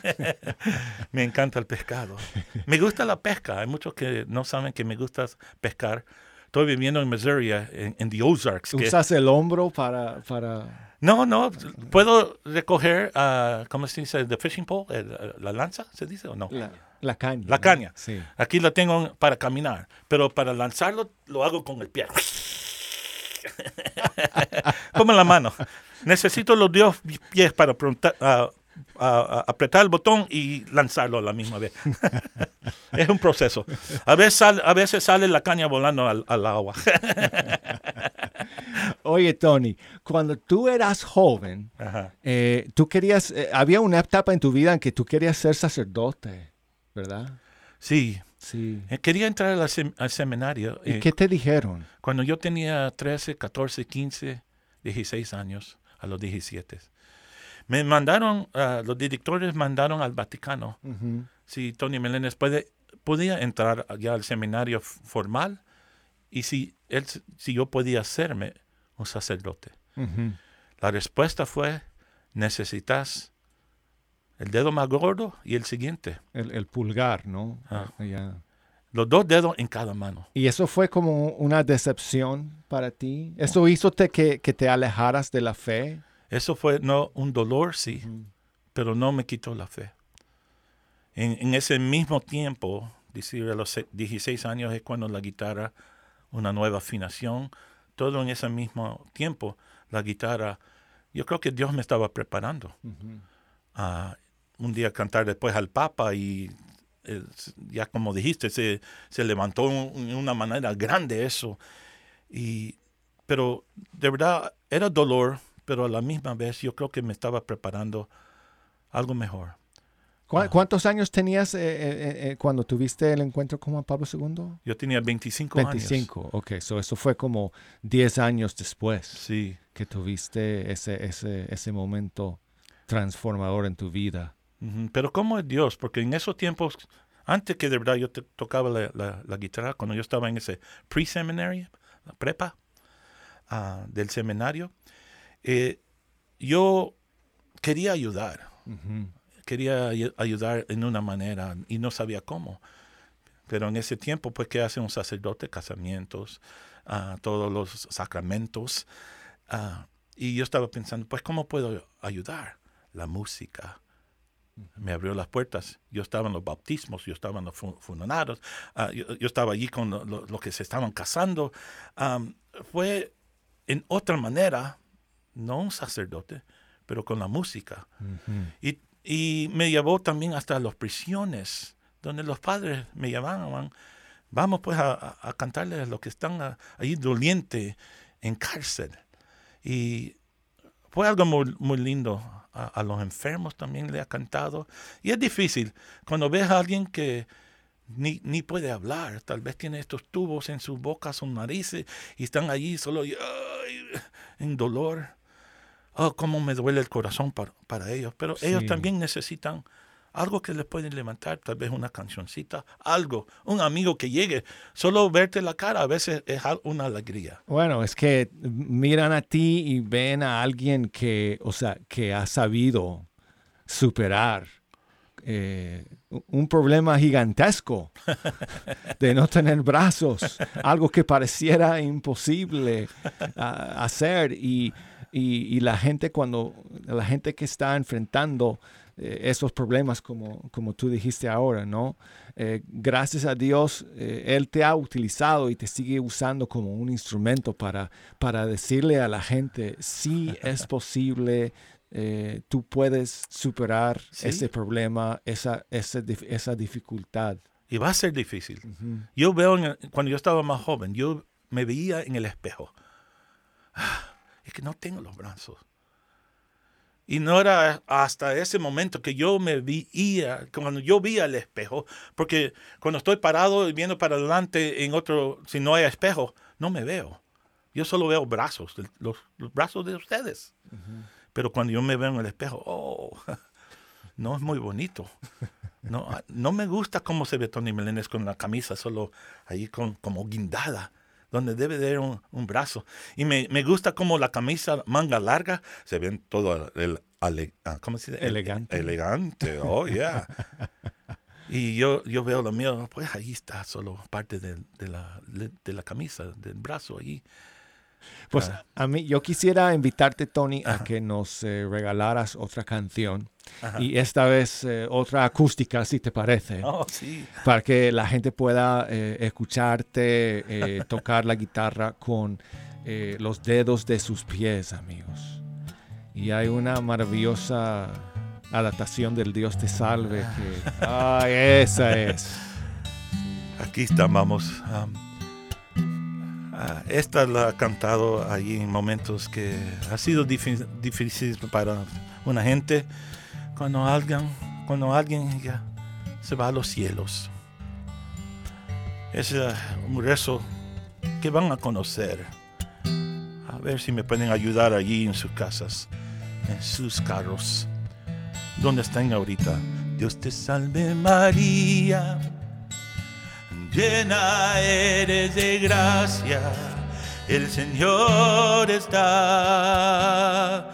Me encanta el pescado. Me gusta la pesca. Hay muchos que no saben que me gusta pescar estoy viviendo en Missouri, en, en the Ozarks. que- ¿Usas el hombro para, para... No, no, puedo recoger, uh, ¿cómo se dice? The fishing pole, el- la lanza, ¿se dice o no? la, la caña? La ¿no? caña. Sí. Aquí lo tengo para caminar, pero para lanzarlo lo hago con el pie. Como en la mano. Necesito los dos pies para pronta- uh, uh, uh, apretar el botón y lanzarlo a la misma vez. Es un proceso. A veces, sale, a veces sale la caña volando al, al agua. Oye, Tony, cuando tú eras joven, Ajá. eh, tú querías, eh, había una etapa en tu vida en que tú querías ser sacerdote, ¿verdad? Sí, Sí. eh, quería entrar al, sem- al seminario. ¿Y eh, qué te dijeron? Cuando yo tenía trece, catorce, quince, dieciséis años, a los diecisiete, me mandaron, uh, los directores mandaron al Vaticano Ujú. si Tony Meléndez puede, podía entrar ya al seminario f- formal y si, él, si yo podía hacerme un sacerdote. Ujú. La respuesta fue, necesitas el dedo más gordo y el siguiente. El, el pulgar, ¿no? Ah. Ya. Los dos dedos en cada mano. ¿Y eso fue como una decepción para ti? ¿Eso hizo te que, que te alejaras de la fe? Eso fue no un dolor, sí, pero no me quitó la fe. En, en ese mismo tiempo, decir a los se- dieciséis años es cuando la guitarra, una nueva afinación, todo en ese mismo tiempo, la guitarra, yo creo que Dios me estaba preparando. a un día cantar después al Papa y eh, ya como dijiste, se, se levantó en una manera grande eso. Y, pero de verdad era dolor, pero a la misma vez yo creo que me estaba preparando algo mejor. ¿Cu- ¿Cuántos años tenías eh, eh, eh, cuando tuviste el encuentro con Juan Pablo segundo? Yo tenía veinticinco, años. veinticinco, ok. So eso fue como diez años después Sí. que tuviste ese, ese, ese momento transformador en tu vida. Ujú. Pero ¿cómo es Dios? Porque en esos tiempos, antes que de verdad yo te- tocaba la, la- la guitarra, cuando yo estaba en ese pre-seminary, la prepa ah, del seminario, eh, yo quería ayudar. Ujú. Quería ay- ayudar en una manera y no sabía cómo. Pero en ese tiempo, pues, ¿qué hace un sacerdote? Casamientos, ah, todos los sacramentos. ah, y yo estaba pensando, pues, ¿cómo puedo ayudar? La música me abrió las puertas. Yo estaba en los bautismos, yo estaba en los fu- funerarios, ah, yo, yo estaba allí con los lo, lo que se estaban casando. Am, fue en otra manera, no un sacerdote, pero con la música. Ujú. Y, y me llevó también hasta las prisiones, donde los padres me llamaban, vamos pues a, a, a cantarles a los que están a- ahí dolientes en cárcel. Y fue algo muy, muy lindo. A, a los enfermos también le ha cantado. Y es difícil cuando ves a alguien que ni, ni puede hablar, tal vez tiene estos tubos en su boca, sus narices, y están allí solo y, ay, en dolor. Oh, cómo me duele el corazón para, para ellos. Pero Sí. ellos también necesitan algo que les pueden levantar, tal vez una cancioncita, algo, un amigo que llegue. Solo verte la cara a veces es al- una alegría. Bueno, es que miran a ti y ven a alguien que, o sea, que ha sabido superar eh, un problema gigantesco de no tener brazos, algo que pareciera imposible ah, hacer y, y, y la gente cuando la gente que está enfrentando eh, esos problemas como, como tú dijiste ahora, ¿no? Eh, gracias a Dios, eh, Él te ha utilizado y te sigue usando como un instrumento para, para decirle a la gente, sí es posible, eh, tú puedes superar Sí. ese problema, esa, esa, dif- esa dificultad. Y va a ser difícil. Yo veo, en el- cuando yo estaba más joven, yo me veía en el espejo. Ah, es que no tengo los brazos. Y no era hasta ese momento que yo me veía, cuando yo vi al espejo, porque cuando estoy parado y viendo para adelante en otro, si no hay espejo, no me veo. Yo solo veo brazos, los, los brazos de ustedes. Pero cuando yo me veo en el espejo, oh, no es muy bonito. No, no me gusta cómo se ve Tony Meléndez con la camisa solo ahí con, como guindada, donde debe de haber un, un brazo. Y me, me gusta como la camisa manga larga, se ven todo el, ale- ah, ¿cómo se dice? Elegante. Elegante, oh yeah. Y yo, yo veo lo mío, pues ahí está, solo parte de, de, la, de la camisa, del brazo allí. Pues Ah. a mí, yo quisiera invitarte, Tony, Ajá. a que nos eh, regalaras otra canción. Ajá. Y esta vez eh, otra acústica, si te parece. Oh, sí. Para que la gente pueda eh, escucharte eh, tocar la guitarra con eh, los dedos de sus pies, amigos. Y hay una maravillosa adaptación del Dios te salve que... ¡Ay, esa es! Aquí estamos. Um, uh, esta la he cantado allí en momentos que ha sido difí- difícil para una gente. Cuando alguien, cuando alguien ya se va a los cielos. Es uh, un rezo que van a conocer. A ver si me pueden ayudar allí en sus casas, en sus carros, donde están ahorita. Dios te salve María, llena eres de gracia, el Señor está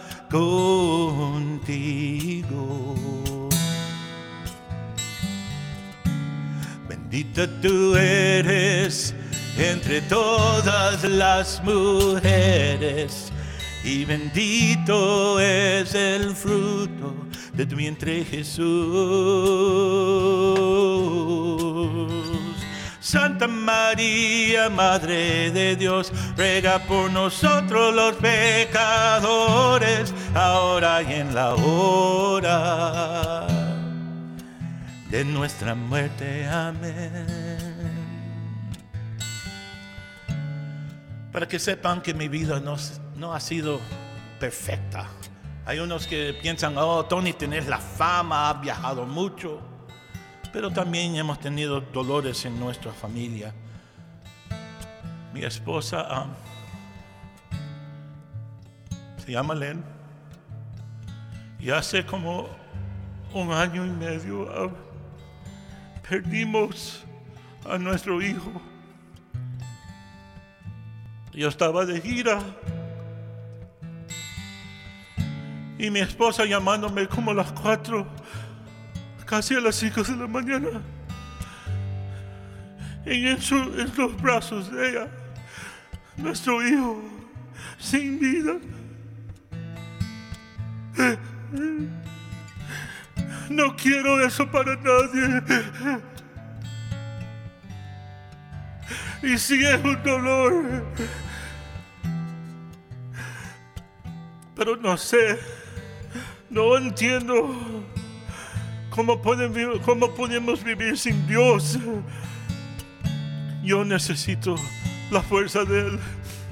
contigo. Bendita tú eres entre todas las mujeres, y bendito es el fruto de tu vientre, Jesús. Santa María, Madre de Dios, ruega por nosotros los pecadores, ahora y en la hora de nuestra muerte. Amén. Para que sepan que mi vida no, no ha sido perfecta. Hay unos que piensan, oh, Tony, tienes la fama, has viajado mucho. Pero también hemos tenido dolores en nuestra familia. Mi esposa um, se llama Len. Y hace como un año y medio uh, perdimos a nuestro hijo. Yo estaba de gira y mi esposa llamándome como a las cuatro, casi a las cinco de la mañana, y en, su, en los brazos de ella, nuestro hijo sin vida. No quiero eso para nadie. Y sí es un dolor, pero no sé, no entiendo cómo, pueden vivir, cómo podemos vivir sin Dios. Yo necesito la fuerza de Él.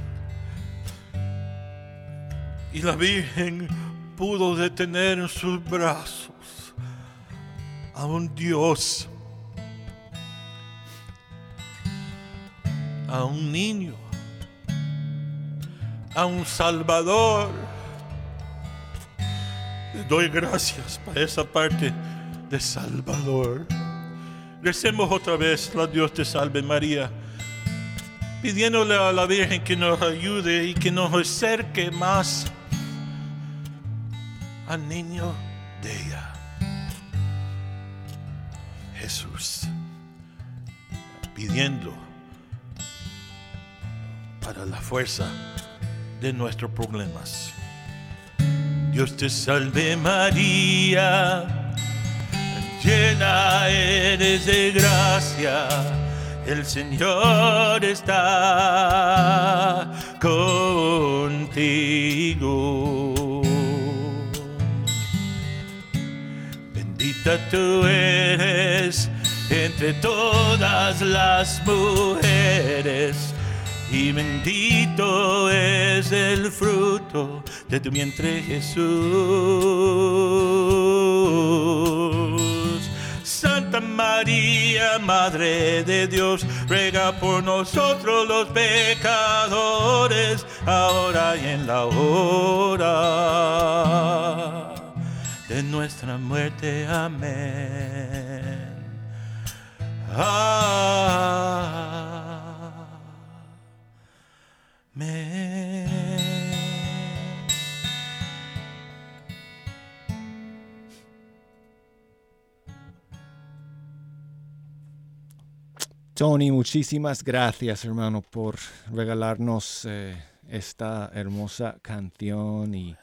Y la Virgen pudo detener en sus brazos a un Dios, a un niño, a un Salvador. Le doy gracias por esa parte de Salvador. Recemos otra vez la Dios te salve María, pidiéndole a la Virgen que nos ayude y que nos acerque más al niño de ella, Jesús, pidiendo para la fuerza de nuestros problemas. Dios te salve María, llena eres de gracia, el Señor está contigo. Bendita tú eres entre todas las mujeres, y bendito es el fruto de tu vientre, Jesús. Santa María, Madre de Dios, ruega por nosotros los pecadores, ahora y en la hora de nuestra muerte. Amén. Amén. Tony, muchísimas gracias, hermano, por regalarnos eh, esta hermosa canción y,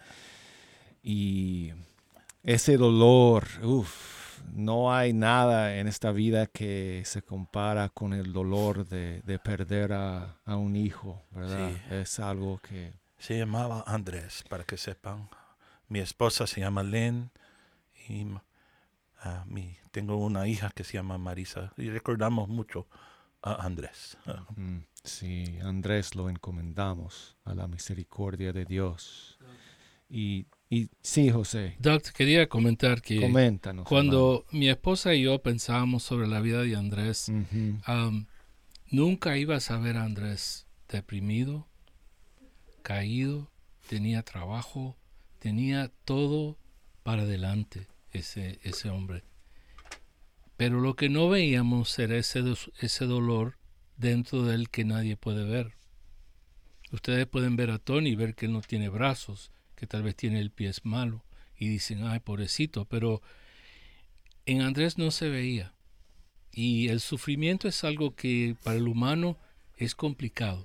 y ese dolor. Uf, no hay nada en esta vida que se compara con el dolor de, de perder a, a un hijo, ¿verdad? Sí. Es algo que... Se llamaba Andrés, para que sepan. Mi esposa se llama Lynn y uh, mi, tengo una hija que se llama Marisa. Y recordamos mucho a Andrés. Mm, sí, Andrés lo encomendamos a la misericordia de Dios. Y, y sí, José, Doc, quería comentar que coméntanos. cuando mi esposa y yo pensábamos sobre la vida de Andrés, hermano. Ujú. um, nunca ibas a ver a Andrés deprimido, caído, tenía trabajo, tenía todo para adelante ese, ese hombre. Pero lo que no veíamos era ese, dos- ese dolor dentro de él que nadie puede ver. Ustedes pueden ver a Tony y ver que él no tiene brazos, que tal vez tiene el pie malo, y dicen, ay, pobrecito, pero en Andrés no se veía. Y el sufrimiento es algo que para el humano es complicado.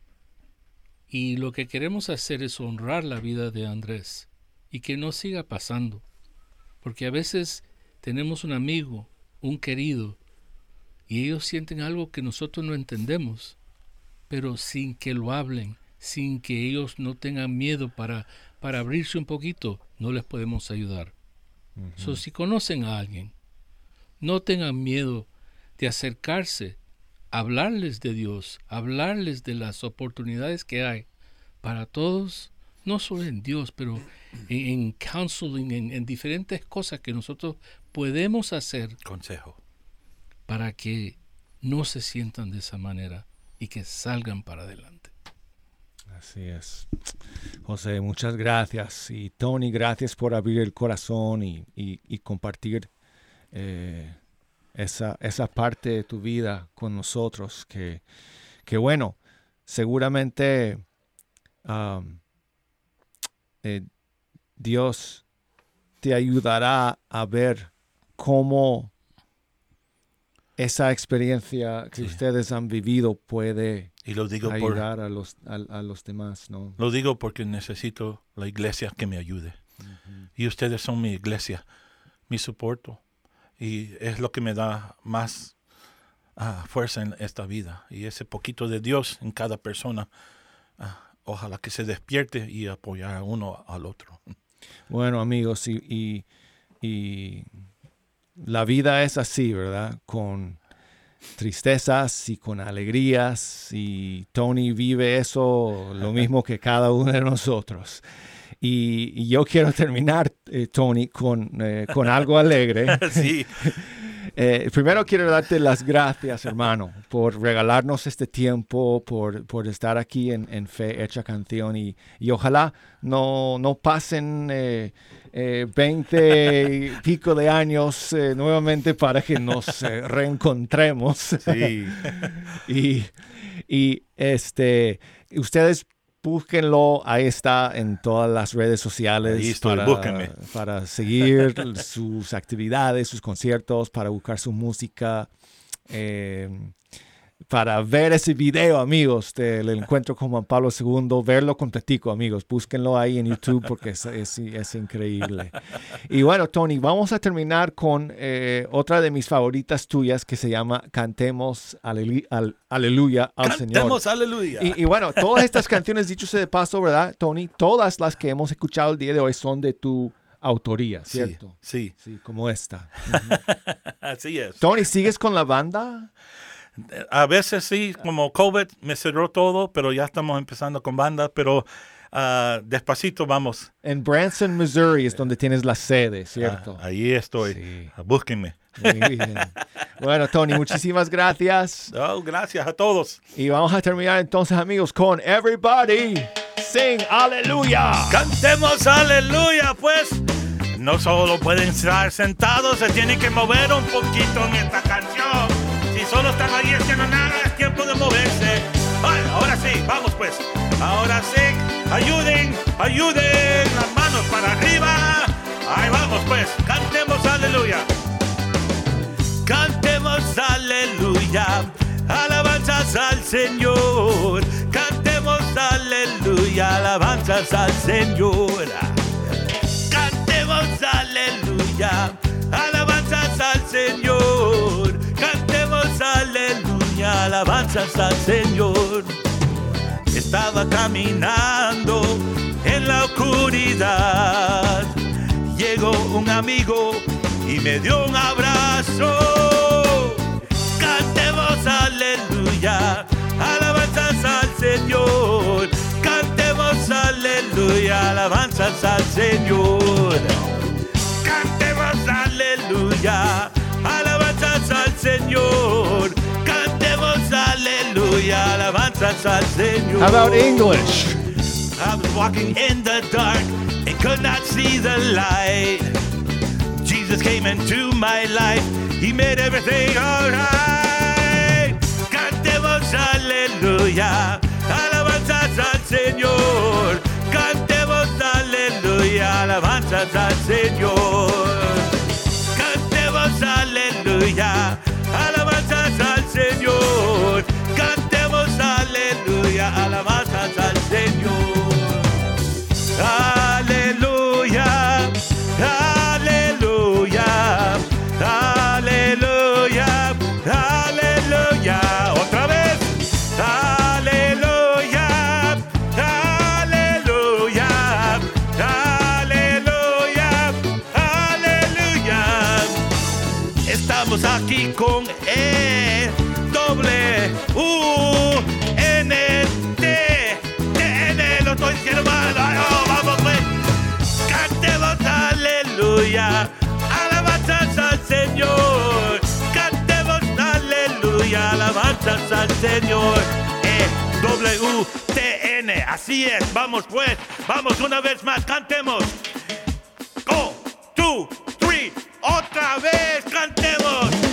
Y lo que queremos hacer es honrar la vida de Andrés y que no siga pasando. Porque a veces tenemos un amigo, un querido, y ellos sienten algo que nosotros no entendemos, pero sin que lo hablen, sin que ellos no tengan miedo para, para abrirse un poquito, no les podemos ayudar. So, si conocen a alguien, no tengan miedo de acercarse, hablarles de Dios, hablarles de las oportunidades que hay para todos, no solo en Dios, pero en, en counseling, en, en diferentes cosas que nosotros podemos hacer Consejo. para que no se sientan de esa manera y que salgan para adelante. Así es. José, muchas gracias. Y Tony, gracias por abrir el corazón y, y, y compartir eh, esa, esa parte de tu vida con nosotros. Que, que bueno, seguramente um, eh, Dios te ayudará a ver cómo esa experiencia que Sí. ustedes han vivido puede Y lo digo por, ayudar a los, a, a los demás, ¿no? lo digo porque necesito la iglesia que me ayude. Y ustedes son mi iglesia, mi soporto. Y es lo que me da más ah, fuerza en esta vida. Y ese poquito de Dios en cada persona, ah, ojalá que se despierte y apoyar a uno al otro. Bueno, amigos, y, y, y la vida es así, ¿verdad? Con tristezas y con alegrías, y Tony vive eso lo mismo que cada uno de nosotros. Y, y yo quiero terminar, eh, Tony, con, eh, con algo alegre. Sí. Eh, primero quiero darte las gracias, hermano, por regalarnos este tiempo, por, por estar aquí en, en Fe Hecha Canción, y, y ojalá no, no pasen eh, eh, veinte y pico de años eh, nuevamente para que nos eh, reencontremos. Sí. y, y este, ustedes búsquenlo, ahí está en todas las redes sociales. Ahí estoy, para, búsquenme. para seguir sus actividades, sus conciertos, para buscar su música, eh, para ver ese video, amigos, del encuentro con Juan Pablo segundo, verlo completico, amigos. Búsquenlo ahí en YouTube porque es, es, es increíble. Y bueno, Tony, vamos a terminar con eh, otra de mis favoritas tuyas que se llama Cantemos Alelu- al- Aleluya al Señor. Cantemos aleluya. Y, y bueno, todas estas canciones, dicho sea de paso, ¿verdad, Tony? Todas las que hemos escuchado el día de hoy son de tu autoría, ¿cierto? Sí, Sí, como esta. así es. Tony, ¿sigues con la banda? A veces sí, como COVID me cerró todo, pero ya estamos empezando con bandas, pero ah, despacito vamos. En Branson, Missouri es donde tienes la sede, ¿cierto? Ah, ahí estoy. Sí. Ah, búsquenme. Muy bien. Bueno, Tony, muchísimas gracias. Oh, gracias a todos. Y vamos a terminar entonces, amigos, con Everybody Sing Aleluya. Cantemos aleluya, pues. No solo pueden estar sentados, se tienen que mover un poquito en esta canción. Si solo están ahí haciendo nada, es tiempo de moverse. Ay, ahora sí, vamos pues. Ahora sí, ayuden, ayuden. Las manos para arriba. Ahí vamos pues, cantemos aleluya. Cantemos aleluya cantemos al Señor, cantemos aleluya, alabanzas al Señor. Cantemos aleluya, alabanzas al Señor, cantemos aleluya, alabanzas al Señor. Estaba caminando en la oscuridad, llegó un amigo y me dio un abrazo. Cantemos aleluya, alabanzas al Señor, cantemos aleluya, alabanzas al Señor. Cantemos aleluya, alabanzas al Señor, cantemos aleluya, alabanzas al Señor. How about English? I was walking in the dark and could not see the light. Jesus came into my life, He made everything alright. Cantemos aleluya, alabanzas al Señor, cantemos aleluya, alabanzas al Señor. Cantemos aleluya, alabanzas al Señor, cantemos aleluya, alabanzas al Señor. Aleluya, aleluya, aleluya, aleluya. Otra vez. Aleluya, aleluya, aleluya, aleluya. Estamos aquí con E, doble, U, N, T, T, N. Lo estoy diciendo mal. Ay, oh, vamos pues. Cantemos aleluya, alabanzas al Señor. Cantemos aleluya, alabanzas al Señor. E, W, T, N. Así es. Vamos pues. Vamos una vez más. Cantemos. Go, two, three. Otra vez cantemos.